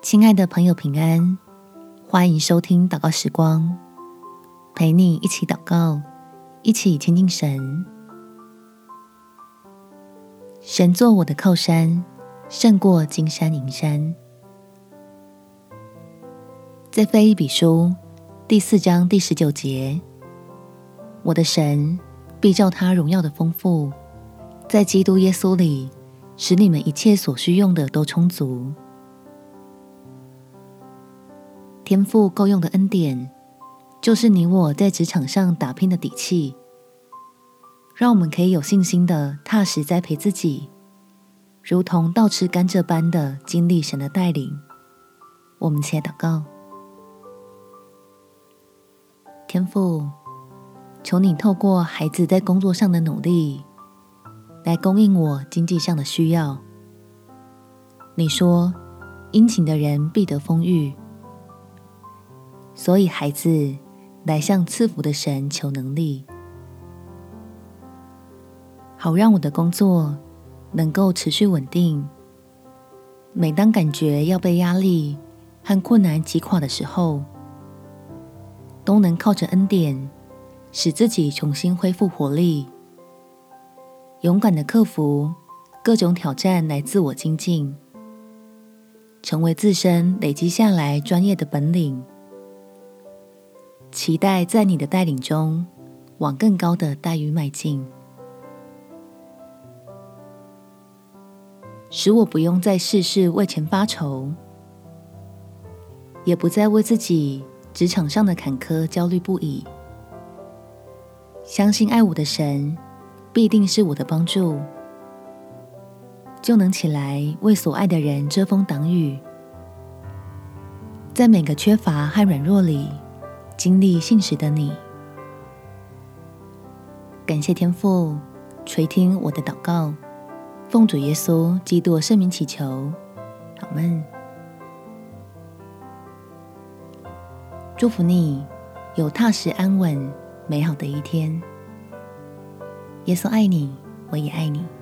亲爱的朋友平安，欢迎收听祷告时光，陪你一起祷告，一起亲近神。神作我的靠山，胜过金山银山。在腓立比书第4章第19节，我的神必照他荣耀的丰富，在基督耶稣里，使你们一切所需用的都充足。天父够用的恩典，就是你我在职场上打拼的底气，让我们可以有信心的踏实栽培自己，如同倒吃甘蔗般的经历神的带领。我们且祷告。天父，求你透过孩子在工作上的努力，来供应我经济上的需要。你说，殷勤的人必得丰裕，所以孩子来向赐福的神求能力，好让我的工作能够持续稳定。每当感觉要被压力和困难击垮的时候，都能靠着恩典，使自己重新恢复活力，勇敢地克服各种挑战来自我精进，成为自身累积下来专业的本领，期待在你的带领中往更高的待遇迈进，使我不用再事事为钱发愁，也不再为自己职场上的坎坷焦虑不已。相信爱我的神必定是我的帮助，就能起来为所爱的人遮风挡雨，在每个缺乏和软弱里经历信实的你。感谢天父垂听我的祷告，奉主耶稣基督的圣名祈求，阿们。祝福你有踏实安稳美好的一天。耶稣爱你，我也爱你。